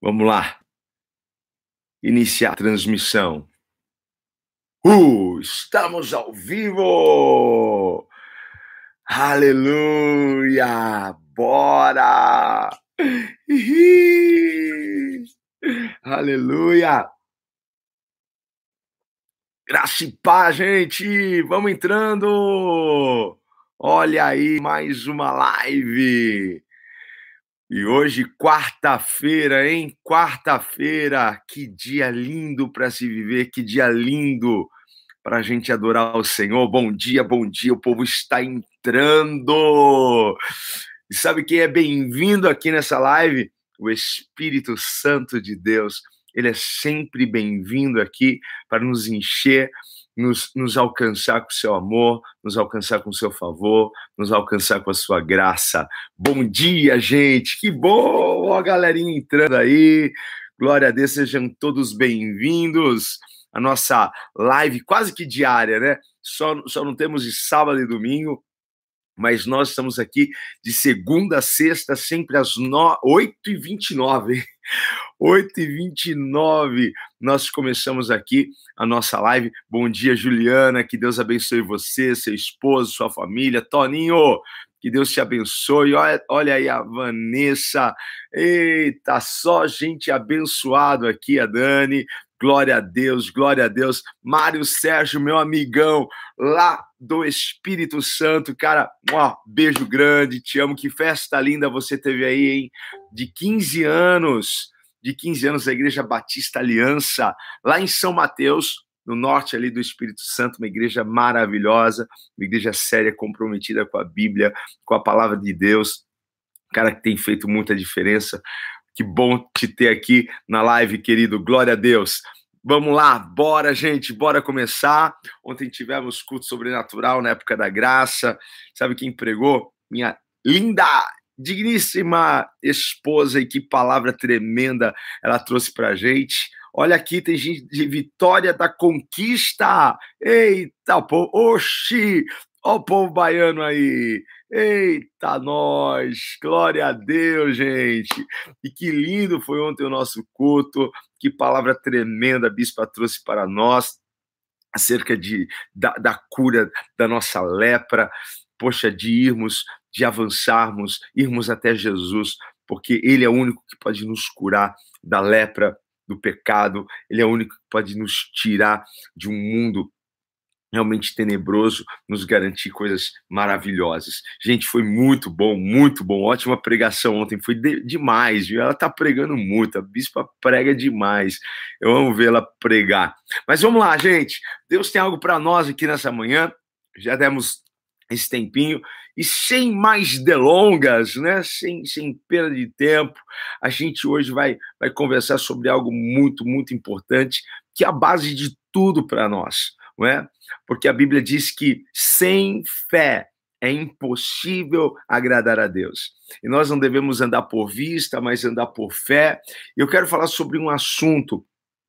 Vamos lá, iniciar a transmissão. Estamos ao vivo! Aleluia! Bora! Aleluia! Graça e paz, gente! Vamos entrando! Olha aí, mais uma live! E hoje, quarta-feira, hein? Quarta-feira, que dia lindo para se viver, que dia lindo para a gente adorar o Senhor. Bom dia, o povo está entrando. E sabe quem é bem-vindo aqui nessa live? O Espírito Santo de Deus. Ele é sempre bem-vindo aqui para nos encher, nos alcançar com o seu amor, nos alcançar com o seu favor, nos alcançar com a sua graça. Bom dia, gente! Que bom! Ó, a galerinha entrando aí. Glória a Deus, sejam todos bem-vindos. A nossa live quase que diária, né? Só não temos de sábado e domingo, mas nós estamos aqui de segunda a sexta, sempre às 8h29. 8h29, nós começamos aqui a nossa live. Bom dia, Juliana, que Deus abençoe você, seu esposo, sua família. Toninho, que Deus te abençoe. Olha aí a Vanessa. Eita, só gente abençoado aqui, a Dani. Glória a Deus, glória a Deus. Mário Sérgio, meu amigão, lá do Espírito Santo, cara, beijo grande, te amo, que festa linda você teve aí, hein? De 15 anos da Igreja Batista Aliança, lá em São Mateus, no norte ali do Espírito Santo, uma igreja maravilhosa, uma igreja séria, comprometida com a Bíblia, com a palavra de Deus, cara que tem feito muita diferença. Que bom te ter aqui na live, querido. Glória a Deus. Vamos lá, bora, gente, bora começar. Ontem tivemos culto sobrenatural na época da graça. Sabe quem pregou? Minha linda, digníssima esposa, e que palavra tremenda ela trouxe pra gente. Olha aqui, tem gente de Vitória da Conquista. Eita, povo, oxi, ó o povo baiano aí. Eita, nós, glória a Deus, gente. E que lindo foi ontem o nosso culto, que palavra tremenda a bispa trouxe para nós, acerca da cura da nossa lepra, poxa, de avançarmos, irmos até Jesus, porque Ele é o único que pode nos curar da lepra, do pecado, Ele é o único que pode nos tirar de um mundo realmente tenebroso, nos garantir coisas maravilhosas. Gente, foi muito bom, ótima pregação ontem, foi demais, viu? Ela tá pregando muito, a bispa prega demais, eu amo ver ela pregar. Mas vamos lá, gente, Deus tem algo para nós aqui nessa manhã, já demos esse tempinho, e sem mais delongas, né? Sem perda de tempo, a gente hoje vai conversar sobre algo muito, muito importante, que é a base de tudo para nós, não é? Porque a Bíblia diz que sem fé é impossível agradar a Deus. E nós não devemos andar por vista, mas andar por fé. Eu quero falar sobre um assunto,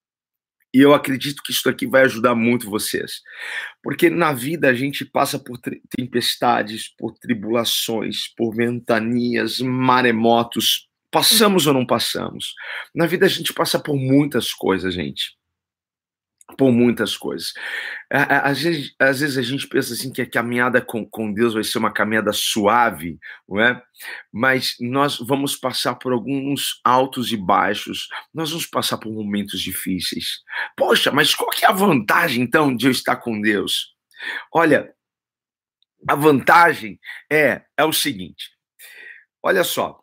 e eu acredito que isso aqui vai ajudar muito vocês. Porque na vida a gente passa por tempestades, por tribulações, por ventanias, maremotos. Passamos ou não passamos? Na vida a gente passa por muitas coisas, gente. Por muitas coisas. Às vezes a gente pensa assim que a caminhada com Deus vai ser uma caminhada suave, não é? Mas nós vamos passar por alguns altos e baixos, nós vamos passar por momentos difíceis. Poxa, mas qual que é a vantagem, então, de eu estar com Deus? Olha, a vantagem é o seguinte, olha só,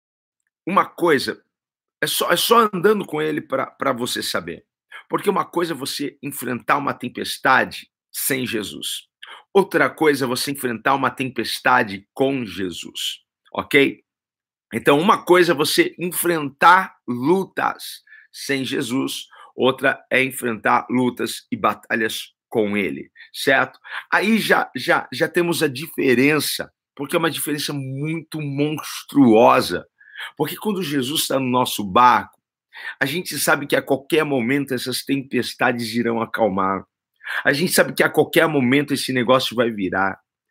uma coisa, é só andando com Ele para você saber. Porque uma coisa é você enfrentar uma tempestade sem Jesus. Outra coisa é você enfrentar uma tempestade com Jesus, ok? Então, uma coisa é você enfrentar lutas sem Jesus, outra é enfrentar lutas e batalhas com Ele, certo? Aí já temos a diferença, porque é uma diferença muito monstruosa. Porque quando Jesus está no nosso barco, a gente sabe que a qualquer momento essas tempestades irão acalmar. A gente sabe que a qualquer momento esse negócio vai virar.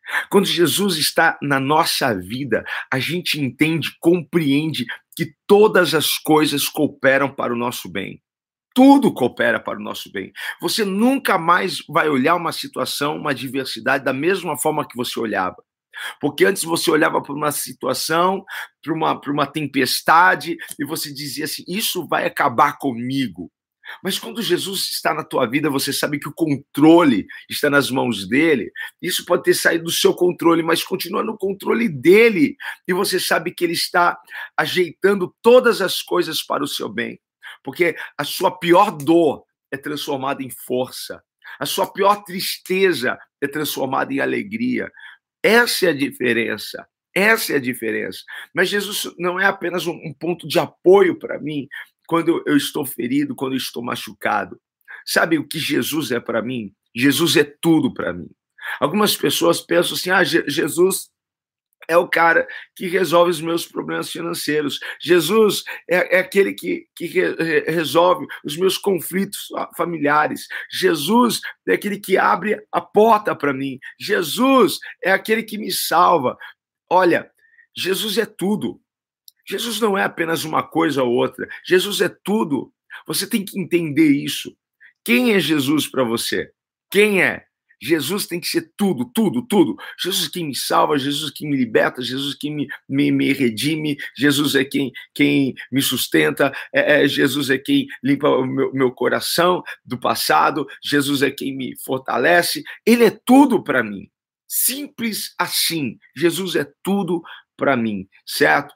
Quando Jesus está na nossa vida, a gente entende, compreende que todas as coisas cooperam para o nosso bem. Tudo coopera para o nosso bem. Você nunca mais vai olhar uma situação, uma adversidade da mesma forma que você olhava. Porque antes você olhava para uma situação, para uma tempestade, e você dizia assim: isso vai acabar comigo. Mas quando Jesus está na tua vida, você sabe que o controle está nas mãos dele. Isso pode ter saído do seu controle, mas continua no controle dele. E você sabe que ele está ajeitando todas as coisas para o seu bem. Porque a sua pior dor é transformada em força. A sua pior tristeza é transformada em alegria. Essa é a diferença. Essa é a diferença. Mas Jesus não é apenas um ponto de apoio para mim quando eu estou ferido, quando eu estou machucado. Sabe o que Jesus é para mim? Jesus é tudo para mim. Algumas pessoas pensam assim: Jesus é o cara que resolve os meus problemas financeiros. Jesus é aquele que resolve os meus conflitos familiares. Jesus é aquele que abre a porta para mim. Jesus é aquele que me salva. Olha, Jesus é tudo. Jesus não é apenas uma coisa ou outra. Jesus é tudo. Você tem que entender isso. Quem é Jesus para você? Quem é? Jesus tem que ser tudo, tudo, tudo. Jesus quem me salva, Jesus quem me liberta, Jesus quem me redime, Jesus é quem me sustenta, Jesus é quem limpa o meu coração do passado, Jesus é quem me fortalece. Ele é tudo para mim. Simples assim. Jesus é tudo para mim, certo?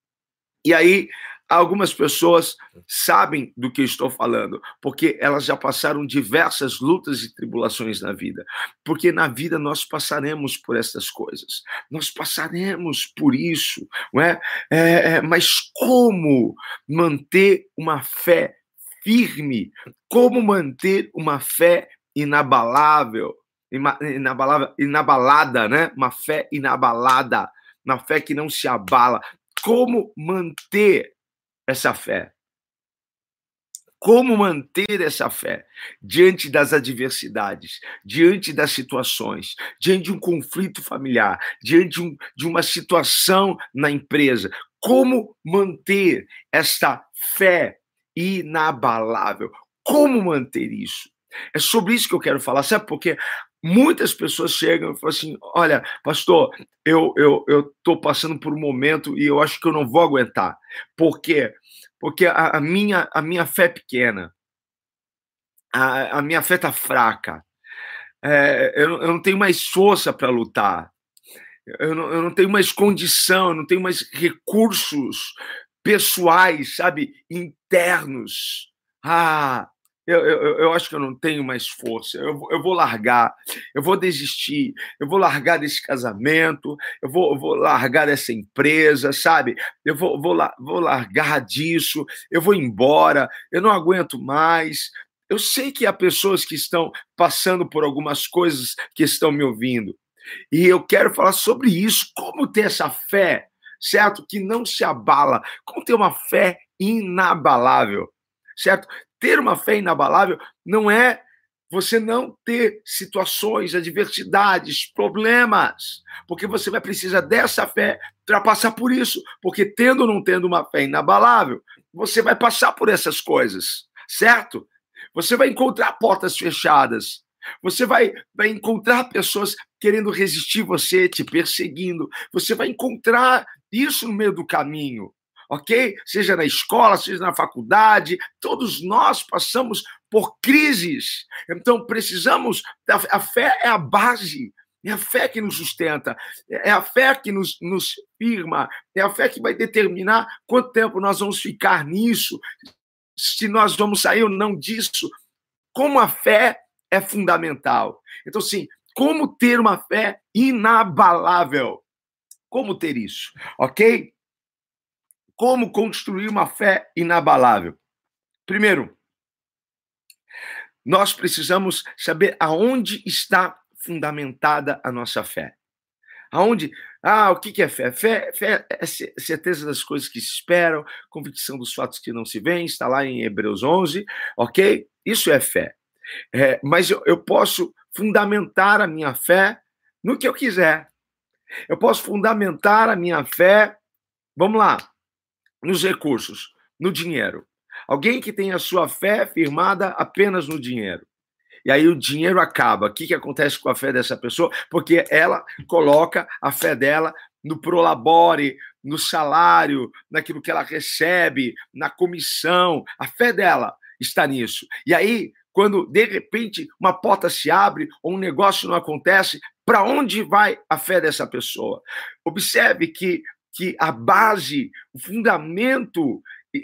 E aí, algumas pessoas sabem do que eu estou falando, porque elas já passaram diversas lutas e tribulações na vida. Porque na vida nós passaremos por essas coisas, nós passaremos por isso, não é? Mas como manter uma fé firme? Como manter uma fé inabalável? Inabalada, né? Uma fé inabalada, uma fé que não se abala. Como manter essa fé? Como manter essa fé diante das adversidades, diante das situações, diante de um conflito familiar, diante de uma situação na empresa? Como manter esta fé inabalável? Como manter isso? É sobre isso que eu quero falar, sabe por quê? Muitas pessoas chegam e falam assim: olha, pastor, eu estou passando por um momento e eu acho que eu não vou aguentar. Por quê? Porque a minha fé é pequena, a minha fé está fraca, eu não tenho mais força para lutar, eu não tenho mais condição, eu não tenho mais recursos pessoais, sabe, internos. Eu acho que eu não tenho mais força, eu vou largar, eu vou desistir, eu vou largar desse casamento, eu vou largar dessa empresa, sabe? Eu vou largar disso, eu vou embora, eu não aguento mais. Eu sei que há pessoas que estão passando por algumas coisas que estão me ouvindo, e eu quero falar sobre isso, como ter essa fé, certo? Que não se abala, como ter uma fé inabalável, certo? Ter uma fé inabalável não é você não ter situações, adversidades, problemas, porque você vai precisar dessa fé para passar por isso, porque tendo ou não tendo uma fé inabalável, você vai passar por essas coisas, certo? Você vai encontrar portas fechadas, você vai encontrar pessoas querendo resistir você, te perseguindo, você vai encontrar isso no meio do caminho, ok? Seja na escola, seja na faculdade, todos nós passamos por crises. Então, precisamos... A fé é a base, é a fé que nos sustenta, é a fé que nos firma, é a fé que vai determinar quanto tempo nós vamos ficar nisso, se nós vamos sair ou não disso. Como a fé é fundamental. Então, sim, como ter uma fé inabalável? Como ter isso, ok? Como construir uma fé inabalável? Primeiro, nós precisamos saber aonde está fundamentada a nossa fé. Aonde? O que é fé? Fé é certeza das coisas que se esperam, convicção dos fatos que não se veem, está lá em Hebreus 11, ok? Isso é fé. Mas eu posso fundamentar a minha fé no que eu quiser. Eu posso fundamentar a minha fé, vamos lá, nos recursos, no dinheiro. Alguém que tem a sua fé firmada apenas no dinheiro. E aí o dinheiro acaba. O que acontece com a fé dessa pessoa? Porque ela coloca a fé dela no prolabore, no salário, naquilo que ela recebe, na comissão. A fé dela está nisso. E aí, quando de repente uma porta se abre ou um negócio não acontece, para onde vai a fé dessa pessoa? Observe que a base, o fundamento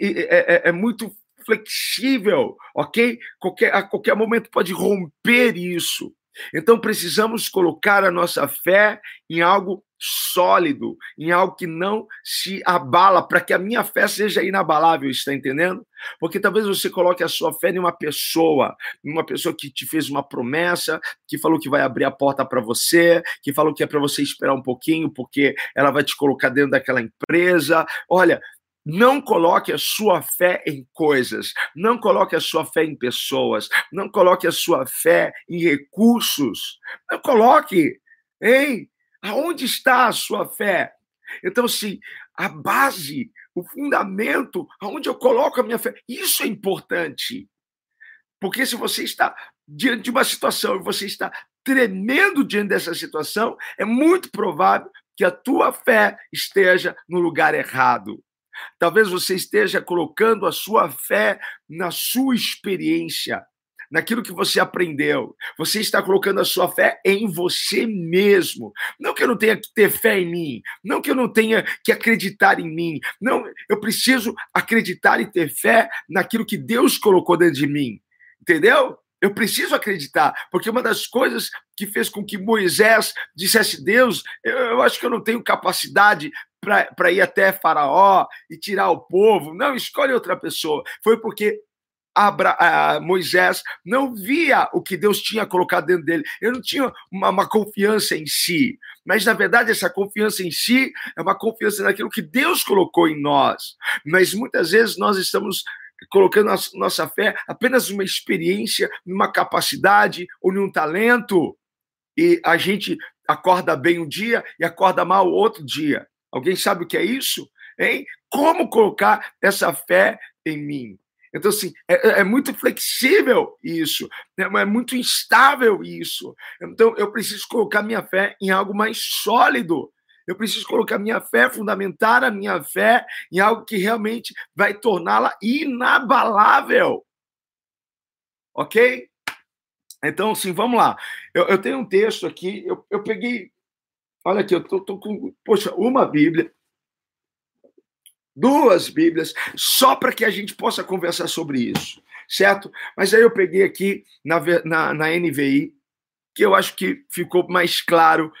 é muito flexível, ok? A qualquer momento pode romper isso. Então precisamos colocar a nossa fé em algo sólido, em algo que não se abala, para que a minha fé seja inabalável, está entendendo? Porque talvez você coloque a sua fé em uma pessoa que te fez uma promessa, que falou que vai abrir a porta para você, que falou que é para você esperar um pouquinho, porque ela vai te colocar dentro daquela empresa. Olha, não coloque a sua fé em coisas, não coloque a sua fé em pessoas, não coloque a sua fé em recursos, não coloque, hein? Aonde está a sua fé? Então, assim, a base, o fundamento, aonde eu coloco a minha fé, isso é importante. Porque se você está diante de uma situação e você está tremendo diante dessa situação, é muito provável que a tua fé esteja no lugar errado. Talvez você esteja colocando a sua fé na sua experiência, naquilo que você aprendeu. Você está colocando a sua fé em você mesmo. Não que eu não tenha que ter fé em mim, não que eu não tenha que acreditar em mim. Não, eu preciso acreditar e ter fé naquilo que Deus colocou dentro de mim. Entendeu? Eu preciso acreditar, porque uma das coisas que fez com que Moisés dissesse: Deus, eu acho que eu não tenho capacidade para ir até Faraó e tirar o povo. Não, escolhe outra pessoa. Foi porque Moisés não via o que Deus tinha colocado dentro dele. Ele não tinha uma confiança em si. Mas, na verdade, essa confiança em si é uma confiança naquilo que Deus colocou em nós. Mas, muitas vezes, nós estamos colocando a nossa fé apenas numa experiência, numa capacidade ou num talento. E a gente acorda bem um dia e acorda mal outro dia. Alguém sabe o que é isso? Hein? Como colocar essa fé em mim? Então, assim, é muito flexível isso, é muito instável isso. Então, eu preciso colocar minha fé em algo mais sólido. Eu preciso colocar minha fé, fundamentar a minha fé em algo que realmente vai torná-la inabalável. Ok? Então, assim, vamos lá. Eu tenho um texto aqui, eu peguei. Olha aqui, eu tô com, poxa, uma Bíblia, duas Bíblias, só para que a gente possa conversar sobre isso, certo? Mas aí eu peguei aqui na NVI, que eu acho que ficou mais claro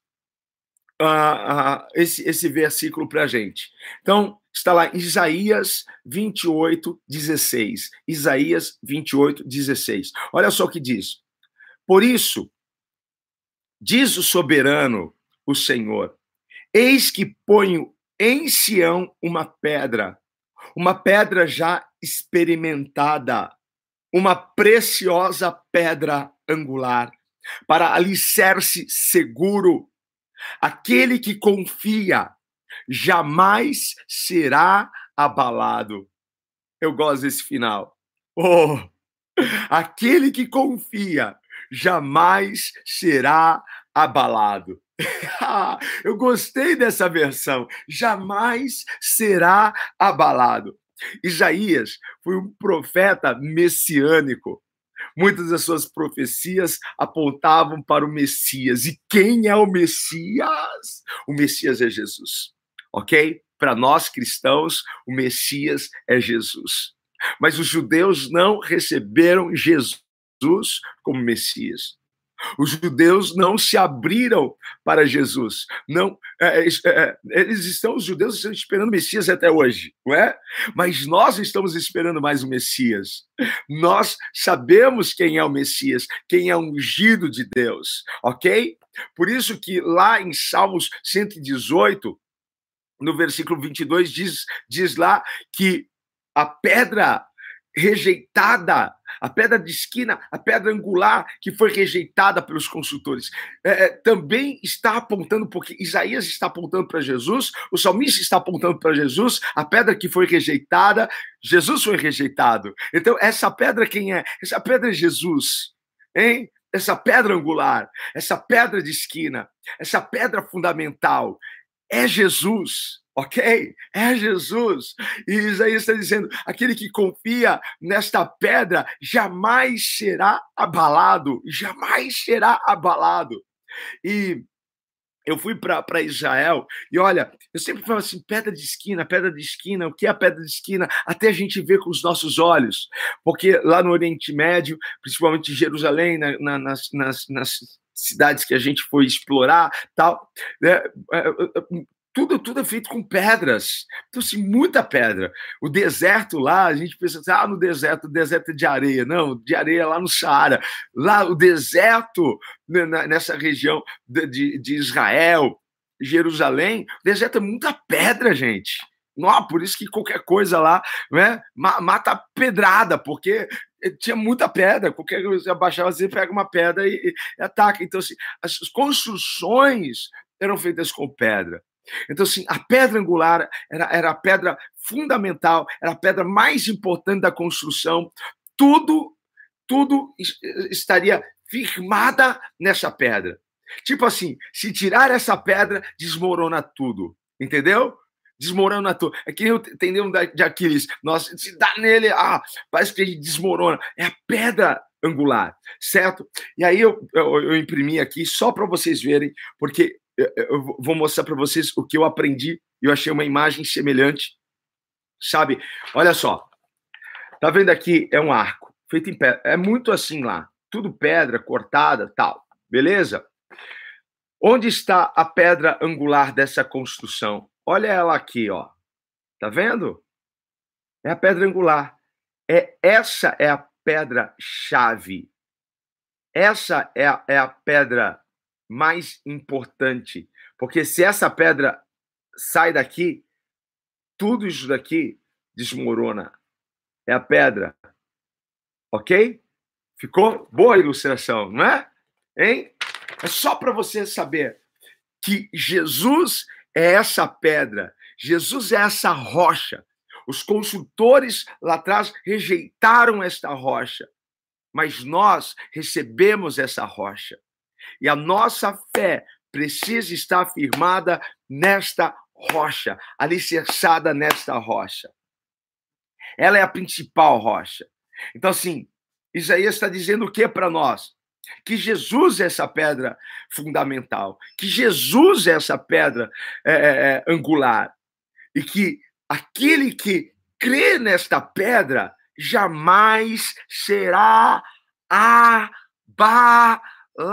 esse versículo para a gente. Então, está lá Isaías 28, 16. Isaías 28, 16. Olha só o que diz. Por isso, diz o soberano, o Senhor, eis que ponho em Sião uma pedra já experimentada, uma preciosa pedra angular, para alicerce seguro. Aquele que confia jamais será abalado. Eu gosto desse final. Oh, aquele que confia jamais será abalado. Eu gostei dessa versão. Jamais será abalado. Isaías foi um profeta messiânico. Muitas das suas profecias apontavam para o Messias. E quem é o Messias? O Messias é Jesus, ok? Para nós cristãos, o Messias é Jesus. Mas os judeus não receberam Jesus como Messias. Os judeus não se abriram para Jesus. Não, os judeus estão esperando o Messias até hoje, não é? Mas nós estamos esperando mais o Messias. Nós sabemos quem é o Messias, quem é o ungido de Deus, ok? Por isso que lá em Salmos 118, no versículo 22, diz lá que a pedra rejeitada, a pedra de esquina, a pedra angular que foi rejeitada pelos construtores, também está apontando, porque Isaías está apontando para Jesus, o salmista está apontando para Jesus, a pedra que foi rejeitada, Jesus foi rejeitado. Então, essa pedra quem é? Essa pedra é Jesus, hein? Essa pedra angular, essa pedra de esquina, essa pedra fundamental é Jesus. Ok? É Jesus. E Isaías está dizendo, aquele que confia nesta pedra jamais será abalado, jamais será abalado. E eu fui para Israel e olha, eu sempre falo assim, pedra de esquina, o que é a pedra de esquina? Até a gente ver com os nossos olhos, porque lá no Oriente Médio, principalmente em Jerusalém, nas cidades que a gente foi explorar, tal, né, tudo é feito com pedras. Então, assim, muita pedra. O deserto lá, a gente pensa assim, no deserto, o deserto é de areia. Não, de areia lá no Saara. Lá, o deserto, nessa região de Israel, Jerusalém, o deserto é muita pedra, gente. Não, por isso que qualquer coisa lá, né, mata pedrada, porque tinha muita pedra. Qualquer coisa, abaixava, você pega uma pedra e ataca. Então, assim, as construções eram feitas com pedra. Então, assim, a pedra angular era a pedra fundamental, era a pedra mais importante da construção. Tudo estaria firmada nessa pedra. Tipo assim, se tirar essa pedra, desmorona tudo. Entendeu? Desmorona tudo. É que nem o tendão de Aquiles. Nossa, se dá nele, parece que ele desmorona. É a pedra angular, certo? E aí eu imprimi aqui só para vocês verem, porque eu vou mostrar para vocês o que eu aprendi. Eu achei uma imagem semelhante, sabe? Olha só. Tá vendo aqui? É um arco feito em pedra. É muito assim lá. Tudo pedra, cortada, tal. Beleza? Onde está a pedra angular dessa construção? Olha ela aqui, ó. Tá vendo? É a pedra angular. Essa é a pedra-chave. Essa é a pedra mais importante, porque se essa pedra sai daqui, tudo isso daqui desmorona. É a pedra, ok? Ficou boa a ilustração, não é? Hein? É só para você saber que Jesus é essa pedra, Jesus é essa rocha. Os construtores lá atrás rejeitaram esta rocha, mas nós recebemos essa rocha. E a nossa fé precisa estar firmada nesta rocha, alicerçada nesta rocha. Ela é a principal rocha. Então, assim, Isaías está dizendo o que para nós? Que Jesus é essa pedra fundamental, que Jesus é essa pedra angular, e que aquele que crê nesta pedra jamais será abalado.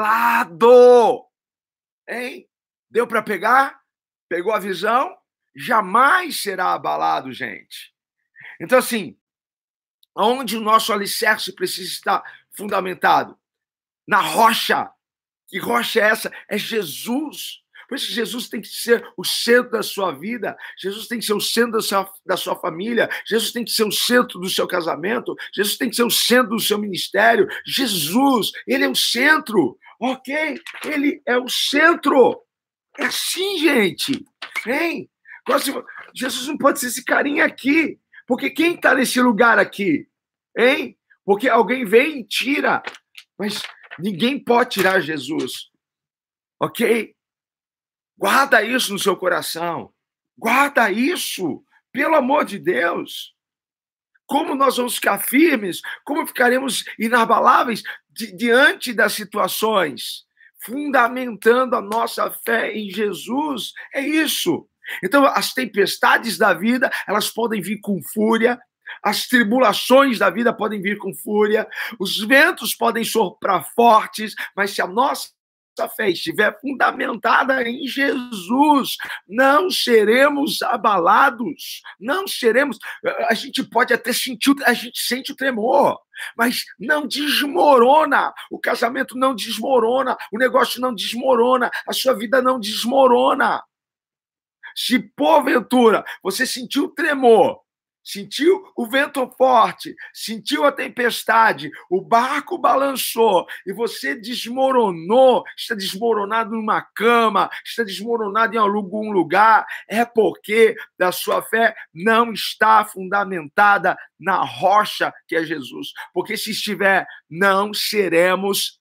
Hein? Deu para pegar? Pegou a visão? Jamais será abalado, gente. Então, assim, onde o nosso alicerce precisa estar fundamentado? Na rocha. Que rocha é essa? É Jesus. Por isso que Jesus tem que ser o centro da sua vida, Jesus tem que ser o centro da sua família, Jesus tem que ser o centro do seu casamento, Jesus tem que ser o centro do seu ministério. Jesus, ele é o centro, ok? Ele é o centro. É assim, gente. Hein? Jesus não pode ser esse carinha aqui, porque quem está nesse lugar aqui? Hein? Porque alguém vem e tira, mas ninguém pode tirar Jesus, ok? Guarda isso no seu coração. Guarda isso, pelo amor de Deus. Como nós vamos ficar firmes? Como ficaremos inabaláveis diante das situações? Fundamentando a nossa fé em Jesus. É isso. Então, as tempestades da vida, elas podem vir com fúria. As tribulações da vida podem vir com fúria. Os ventos podem soprar fortes. Mas se a nossa fé estiver fundamentada em Jesus, não seremos abalados, não seremos. A gente pode até sentir, a gente sente o tremor, mas não desmorona. O casamento não desmorona, o negócio não desmorona, a sua vida não desmorona. Se porventura você sentiu tremor, sentiu o vento forte, sentiu a tempestade, o barco balançou e você desmoronou, está desmoronado numa cama, está desmoronado em algum lugar, é porque a sua fé não está fundamentada na rocha que é Jesus. Porque se estiver, não seremos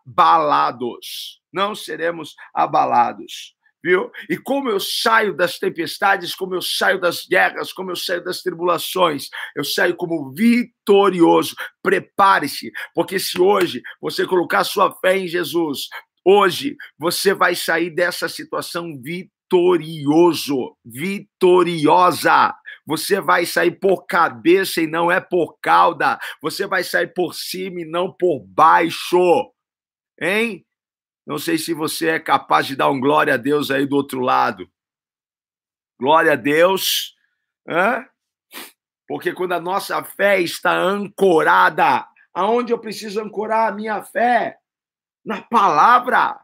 abalados. Não seremos abalados. Viu? E como eu saio das tempestades, como eu saio das guerras, como eu saio das tribulações, eu saio como vitorioso. Prepare-se, porque se hoje você colocar sua fé em Jesus, hoje você vai sair dessa situação vitorioso, vitoriosa. Você vai sair por cabeça e não é por cauda. Você vai sair por cima e não por baixo. Hein? Não sei se você é capaz de dar um glória a Deus aí do outro lado. Glória a Deus. Hã? Porque quando a nossa fé está ancorada, aonde eu preciso ancorar a minha fé? Na palavra.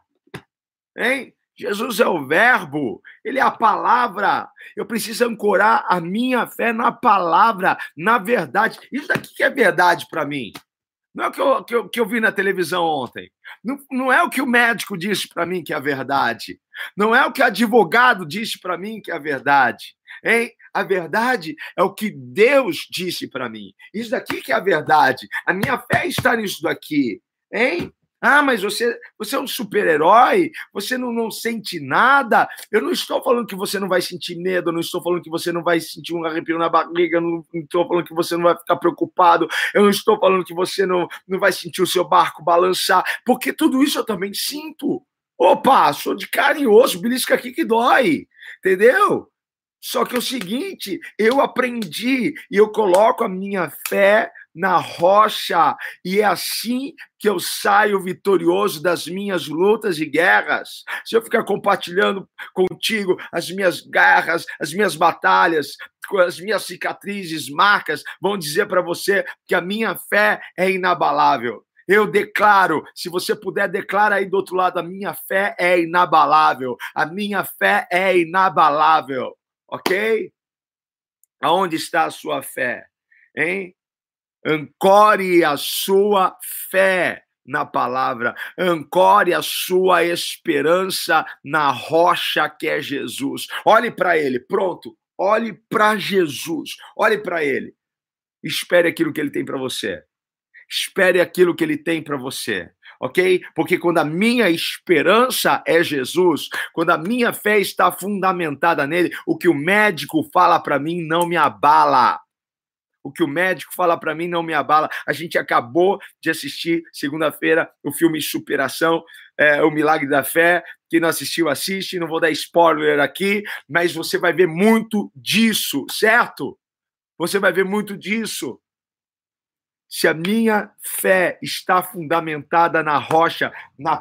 Hein? Jesus é o verbo, ele é a palavra. Eu preciso ancorar a minha fé na palavra, na verdade. Isso daqui que é verdade para mim. Não é o que eu vi na televisão ontem. Não é o que o médico disse para mim que é a verdade. Não é o que o advogado disse para mim que é a verdade. Hein? A verdade é o que Deus disse para mim. Isso daqui que é a verdade. A minha fé está nisso daqui. Hein? Ah, mas você é um super-herói, você não sente nada. Eu não estou falando que você não vai sentir medo, eu não estou falando que você não vai sentir um arrepio na barriga, eu não estou falando que você não vai ficar preocupado, eu não estou falando que você não vai sentir o seu barco balançar, porque tudo isso eu também sinto. Opa, sou de carne e osso, belisca aqui que dói, entendeu? Só que é o seguinte, eu aprendi e eu coloco a minha fé na rocha, e é assim que eu saio vitorioso das minhas lutas e guerras. Se eu ficar compartilhando contigo as minhas guerras, as minhas batalhas, as minhas cicatrizes, marcas, vão dizer para você que a minha fé é inabalável. Eu declaro, se você puder, declara aí do outro lado, a minha fé é inabalável. A minha fé é inabalável. Ok? Aonde está a sua fé? Hein? Ancore a sua fé na palavra, ancore a sua esperança na rocha que é Jesus. Olhe para ele, pronto. Olhe para Jesus, olhe para ele. Espere aquilo que ele tem para você. Espere aquilo que ele tem para você. Ok? Porque quando a minha esperança é Jesus, quando a minha fé está fundamentada nele, o que o médico fala para mim não me abala. O que o médico fala para mim não me abala. A gente acabou de assistir, segunda-feira, o filme Superação, O Milagre da Fé. Quem não assistiu, assiste. Não vou dar spoiler aqui, mas você vai ver muito disso, certo? Você vai ver muito disso. Se a minha fé está fundamentada na rocha, na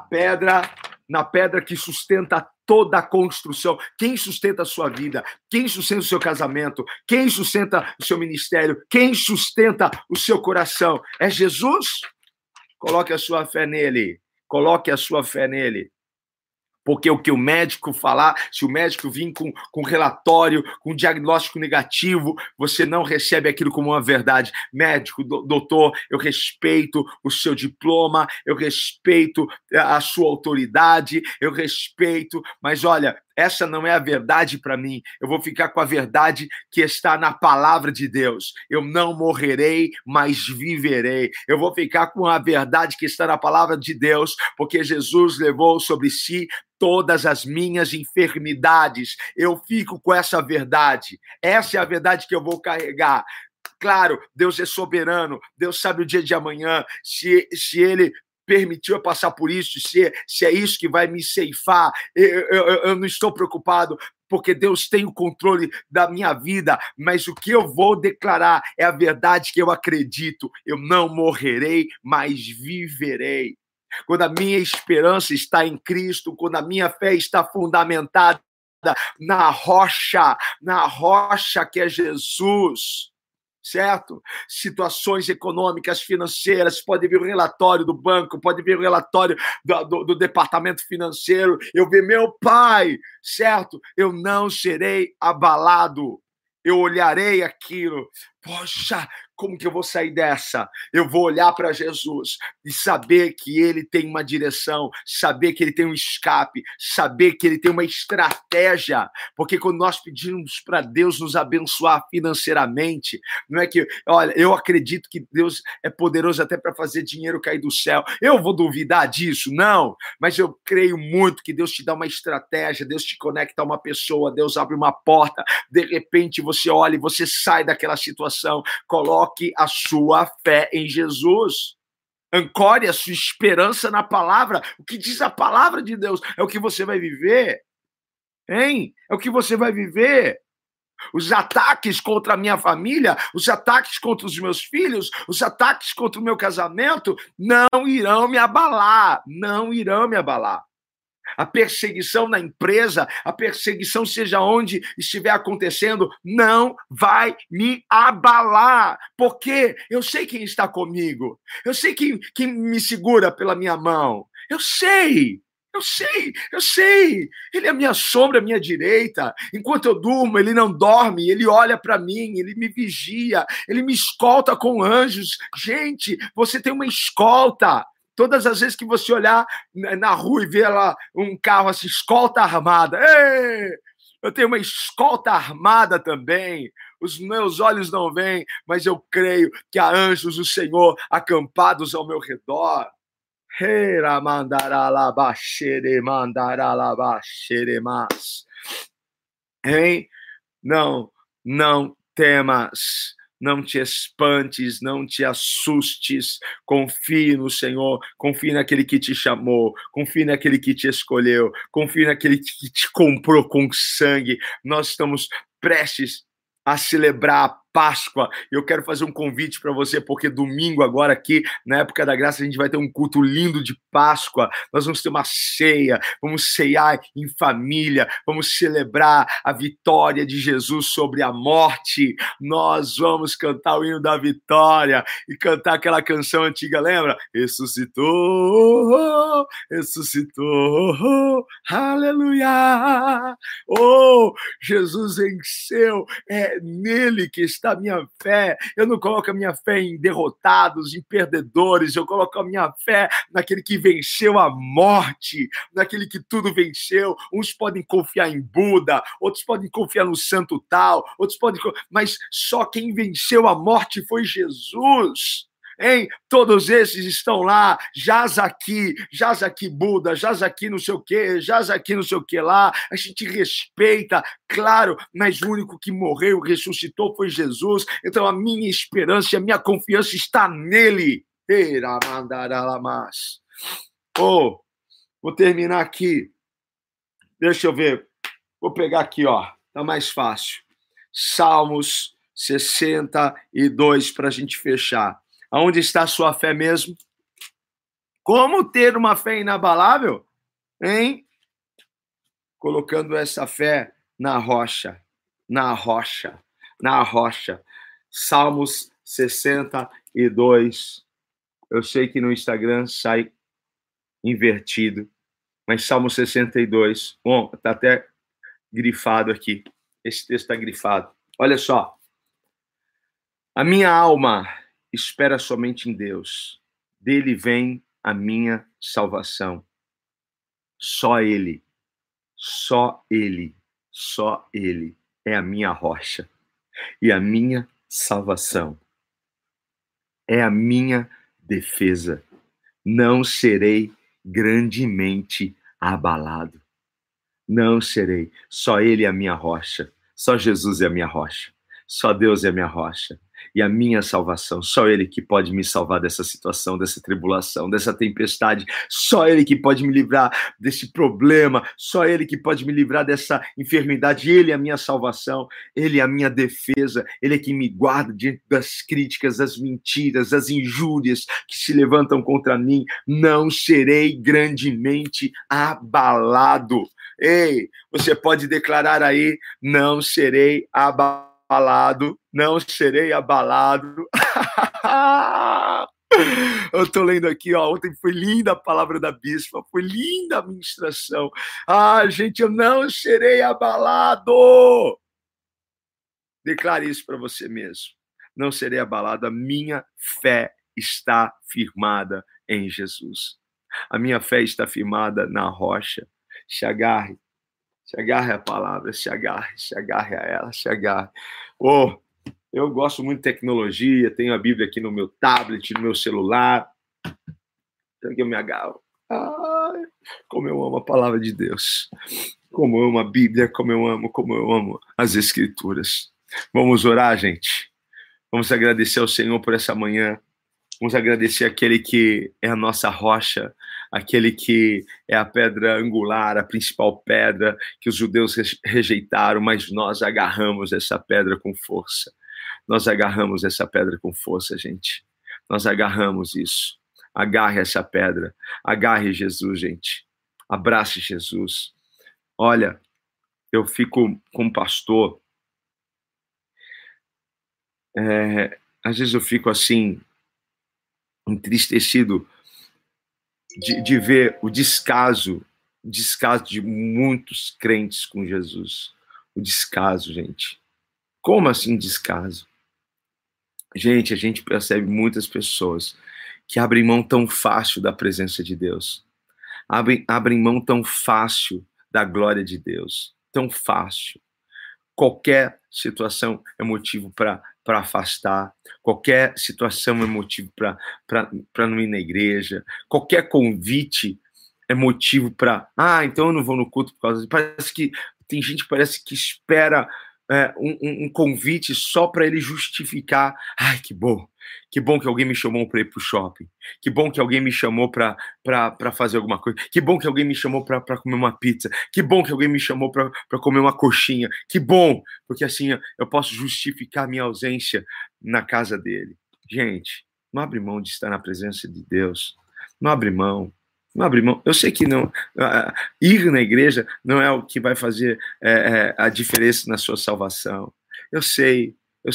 pedra que sustenta toda a construção. Quem sustenta a sua vida? Quem sustenta o seu casamento? Quem sustenta o seu ministério? Quem sustenta o seu coração? É Jesus? Coloque a sua fé nele. Coloque a sua fé nele. Porque o que o médico falar, se o médico vir com relatório, com diagnóstico negativo, você não recebe aquilo como uma verdade. Médico, doutor, eu respeito o seu diploma, eu respeito a sua autoridade, eu respeito, mas olha, essa não é a verdade para mim. Eu vou ficar com a verdade que está na palavra de Deus. Eu não morrerei, mas viverei. Eu vou ficar com a verdade que está na palavra de Deus, porque Jesus levou sobre si todas as minhas enfermidades. Eu fico com essa verdade. Essa é a verdade que eu vou carregar. Claro, Deus é soberano. Deus sabe o dia de amanhã. Se ele permitiu eu passar por isso, se é isso que vai me ceifar, eu não estou preocupado, porque Deus tem o controle da minha vida, mas o que eu vou declarar é a verdade que eu acredito. Eu não morrerei, mas viverei. Quando a minha esperança está em Cristo, quando a minha fé está fundamentada na rocha que é Jesus, certo? Situações econômicas, financeiras, pode vir o relatório do banco, pode vir o relatório do departamento financeiro, eu ver meu pai, certo? Eu não serei abalado. Eu olharei aquilo. Poxa, como que eu vou sair dessa? Eu vou olhar para Jesus e saber que ele tem uma direção, saber que ele tem um escape, saber que ele tem uma estratégia. Porque quando nós pedimos para Deus nos abençoar financeiramente, não é que, olha, eu acredito que Deus é poderoso até para fazer dinheiro cair do céu. Eu vou duvidar disso? Não. Mas eu creio muito que Deus te dá uma estratégia, Deus te conecta a uma pessoa, Deus abre uma porta, de repente você olha e você sai daquela situação. Coloque a sua fé em Jesus. Ancore a sua esperança na palavra. O que diz a palavra de Deus é o que você vai viver. Hein? É o que você vai viver. Os ataques contra a minha família, os ataques contra os meus filhos, os ataques contra o meu casamento não irão me abalar. Não irão me abalar. A perseguição na empresa, a perseguição seja onde estiver acontecendo, não vai me abalar, porque eu sei quem está comigo, eu sei quem me segura pela minha mão, eu sei. Ele é a minha sombra, a minha direita. Enquanto eu durmo, ele não dorme, ele olha para mim, ele me vigia, ele me escolta com anjos. Gente, você tem uma escolta. Todas as vezes que você olhar na rua e ver lá um carro assim, escolta armada. Ei, eu tenho uma escolta armada também. Os meus olhos não veem, mas eu creio que há anjos do Senhor acampados ao meu redor. Hein? Não temas. Não te espantes, não te assustes, confie no Senhor, confie naquele que te chamou, confie naquele que te escolheu, confie naquele que te comprou com sangue. Nós estamos prestes a celebrar a Páscoa. Eu quero fazer um convite para você, porque domingo agora aqui, na Época da Graça, a gente vai ter um culto lindo de Páscoa. Nós vamos ter uma ceia, vamos ceiar em família, vamos celebrar a vitória de Jesus sobre a morte. Nós vamos cantar o hino da vitória e cantar aquela canção antiga, lembra? Ressuscitou, ressuscitou, aleluia. Oh, Jesus venceu, é nele que está a minha fé. Eu não coloco a minha fé em derrotados, em perdedores, eu coloco a minha fé naquele que venceu a morte, naquele que tudo venceu. Uns podem confiar em Buda, outros podem confiar no santo tal, outros podem, mas só quem venceu a morte foi Jesus. Hein? Todos esses estão lá, jaz aqui Buda, jaz aqui não sei o que, jaz aqui não sei o que lá, a gente respeita, claro, mas o único que morreu, ressuscitou foi Jesus, então a minha esperança e a minha confiança está nele. Oh, vou terminar aqui, deixa eu ver, vou pegar aqui, ó, tá mais fácil, Salmos 62 para a gente fechar. Aonde está a sua fé mesmo? Como ter uma fé inabalável? Hein? Colocando essa fé na rocha, na rocha, na rocha. Salmos 62. Eu sei que no Instagram sai invertido, mas Salmo 62. Bom, está até grifado aqui. Esse texto está grifado. Olha só. A minha alma espera somente em Deus. Dele vem a minha salvação. Só Ele é a minha rocha e a minha salvação. É a minha defesa. Não serei grandemente abalado. Não serei. Só Ele é a minha rocha. Só Jesus é a minha rocha. Só Deus é a minha rocha e a minha salvação. Só Ele que pode me salvar dessa situação, dessa tribulação, dessa tempestade. Só Ele que pode me livrar desse problema. Só Ele que pode me livrar dessa enfermidade. Ele é a minha salvação. Ele é a minha defesa. Ele é que me guarda diante das críticas, das mentiras, das injúrias que se levantam contra mim. Não serei grandemente abalado. Ei, você pode declarar aí, não serei abalado. Não serei abalado. Eu tô lendo aqui, ó, ontem foi linda a palavra da bispa, foi linda a ministração. Gente, eu não serei abalado. Declare isso para você mesmo. Não serei abalado, a minha fé está firmada em Jesus. A minha fé está firmada na rocha. Se agarre à palavra, se agarre a ela, se agarre. Oh, eu gosto muito de tecnologia, tenho a Bíblia aqui no meu tablet, no meu celular. Então eu me agarro. Ai, como eu amo a palavra de Deus. Como eu amo a Bíblia, como eu amo as Escrituras. Vamos orar, gente. Vamos agradecer ao Senhor por essa manhã. Vamos agradecer aquele que é a nossa rocha, aquele que é a pedra angular, a principal pedra que os judeus rejeitaram, mas nós agarramos essa pedra com força. Nós agarramos essa pedra com força, gente. Nós agarramos isso. Agarre essa pedra. Agarre Jesus, gente. Abrace Jesus. Olha, eu fico como pastor. Às vezes eu fico assim, entristecido de ver o descaso de muitos crentes com Jesus. O descaso, gente. Como assim descaso? Gente, a gente percebe muitas pessoas que abrem mão tão fácil da presença de Deus. Abrem mão tão fácil da glória de Deus. Tão fácil. Qualquer situação é motivo para afastar, qualquer situação é motivo para não ir na igreja, qualquer convite é motivo para, então eu não vou no culto por causa disso. Parece que tem gente que parece que espera um convite só para ele justificar. Ai, que bom que alguém me chamou para ir para o shopping, que bom que alguém me chamou para fazer alguma coisa, que bom que alguém me chamou para comer uma pizza, que bom que alguém me chamou para comer uma coxinha, que bom, porque assim eu posso justificar minha ausência na casa dele. Gente, não abre mão de estar na presença de Deus, não abre mão. Não abre mão. Eu sei que não, ir na igreja não é o que vai fazer a diferença na sua salvação. Eu sei,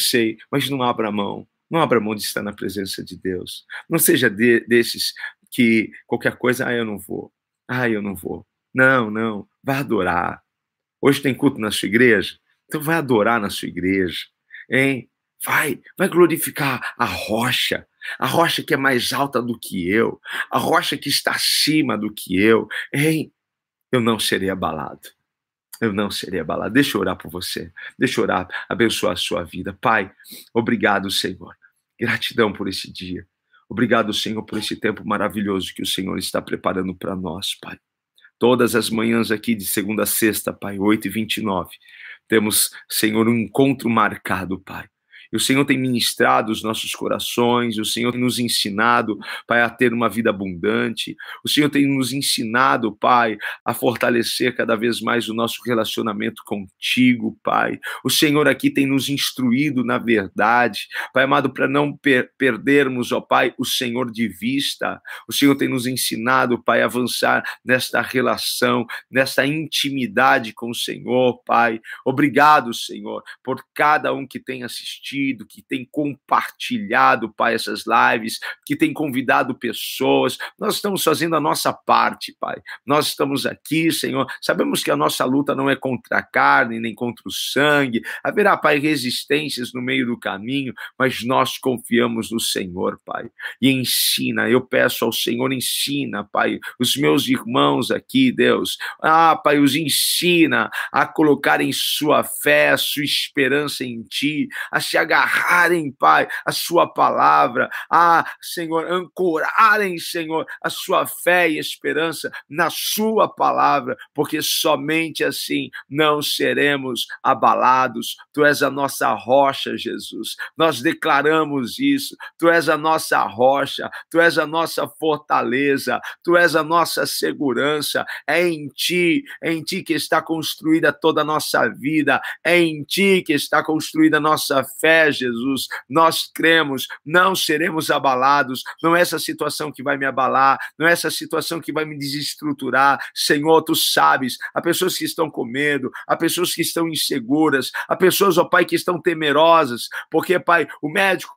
mas não abra mão. Não abra mão de estar na presença de Deus. Não seja desses que qualquer coisa, eu não vou. Eu não vou. Não, vai adorar. Hoje tem culto na sua igreja? Então vai adorar na sua igreja. Hein? Vai glorificar a rocha que é mais alta do que eu, a rocha que está acima do que eu. Hein? Eu não serei abalado. Eu não serei abalado. Deixa eu orar por você. Deixa eu orar, abençoar a sua vida. Pai, obrigado, Senhor. Gratidão por esse dia. Obrigado, Senhor, por esse tempo maravilhoso que o Senhor está preparando para nós, Pai. Todas as manhãs aqui, de segunda a sexta, Pai, 8h29, temos, Senhor, um encontro marcado, Pai. E o Senhor tem ministrado os nossos corações, o Senhor tem nos ensinado, Pai, a ter uma vida abundante. O Senhor tem nos ensinado, Pai, a fortalecer cada vez mais o nosso relacionamento contigo, Pai. O Senhor aqui tem nos instruído na verdade, Pai amado, para não perdermos, ó Pai, o Senhor de vista. O Senhor tem nos ensinado, Pai, a avançar nesta relação, nesta intimidade com o Senhor, Pai. Obrigado, Senhor, por cada um que tem assistido, que tem compartilhado, Pai, essas lives, que tem convidado pessoas. Nós estamos fazendo a nossa parte, Pai. Nós estamos aqui, Senhor. Sabemos que a nossa luta não é contra a carne, nem contra o sangue. Haverá, Pai, resistências no meio do caminho, mas nós confiamos no Senhor, Pai. E ensina, eu peço ao Senhor, ensina, Pai, os meus irmãos aqui, Deus. Pai, os ensina a colocarem sua fé, sua esperança em Ti, a se agarrarem, Pai, a sua palavra, Senhor, ancorarem, Senhor, a sua fé e esperança na sua palavra, porque somente assim não seremos abalados. Tu és a nossa rocha, Jesus. Nós declaramos isso. Tu és a nossa rocha, tu és a nossa fortaleza, tu és a nossa segurança. É em Ti que está construída toda a nossa vida, é em Ti que está construída a nossa fé, Jesus. Nós cremos, não seremos abalados. Não é essa situação que vai me abalar, não é essa situação que vai me desestruturar. Senhor, Tu sabes, há pessoas que estão com medo, há pessoas que estão inseguras, há pessoas, ó Pai, que estão temerosas, porque, Pai, o médico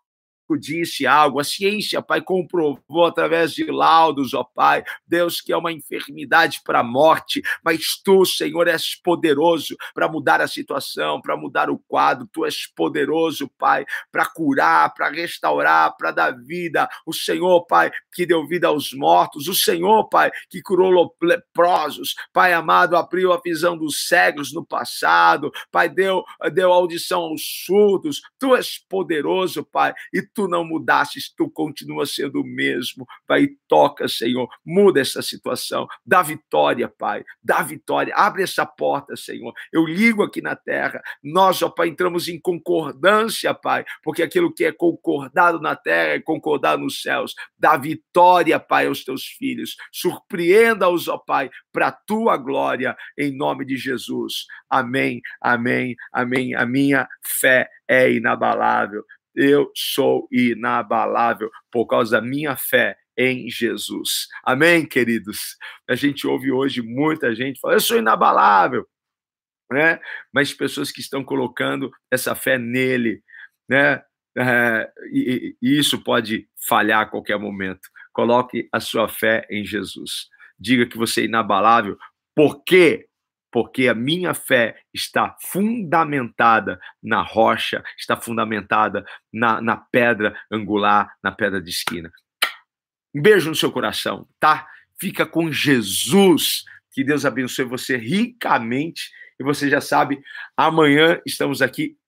disse algo, a ciência, Pai, comprovou através de laudos, ó Pai, Deus, que é uma enfermidade para a morte, mas Tu, Senhor, és poderoso para mudar a situação, para mudar o quadro. Tu és poderoso, Pai, para curar, para restaurar, para dar vida. O Senhor, Pai, que deu vida aos mortos, o Senhor, Pai, que curou leprosos, Pai amado, abriu a visão dos cegos no passado, Pai, deu audição aos surdos. Tu és poderoso, Pai, e Tu não mudastes, Tu continua sendo o mesmo, Pai, toca, Senhor, muda essa situação, dá vitória, Pai, dá vitória, abre essa porta, Senhor, eu ligo aqui na terra, nós, ó Pai, entramos em concordância, Pai, porque aquilo que é concordado na terra é concordado nos céus, dá vitória, Pai, aos Teus filhos, surpreenda-os, ó Pai, para a Tua glória, em nome de Jesus, amém, amém, amém, a minha fé é inabalável, eu sou inabalável por causa da minha fé em Jesus. Amém, queridos? A gente ouve hoje muita gente falar, eu sou inabalável, né? Mas pessoas que estão colocando essa fé nele, né? E isso pode falhar a qualquer momento. Coloque a sua fé em Jesus. Diga que você é inabalável. Por quê? Porque a minha fé está fundamentada na rocha, está fundamentada na pedra angular, na pedra de esquina. Um beijo no seu coração, tá? Fica com Jesus. Que Deus abençoe você ricamente. E você já sabe, amanhã estamos aqui,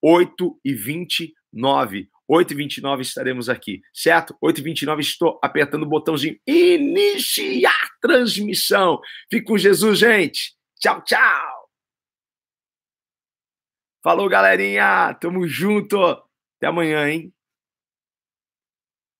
8h29. 8h29 estaremos aqui, certo? 8h29 estou apertando o botãozinho iniciar transmissão. Fique com Jesus, gente. Tchau, tchau. Falou, galerinha. Tamo junto. Até amanhã, hein?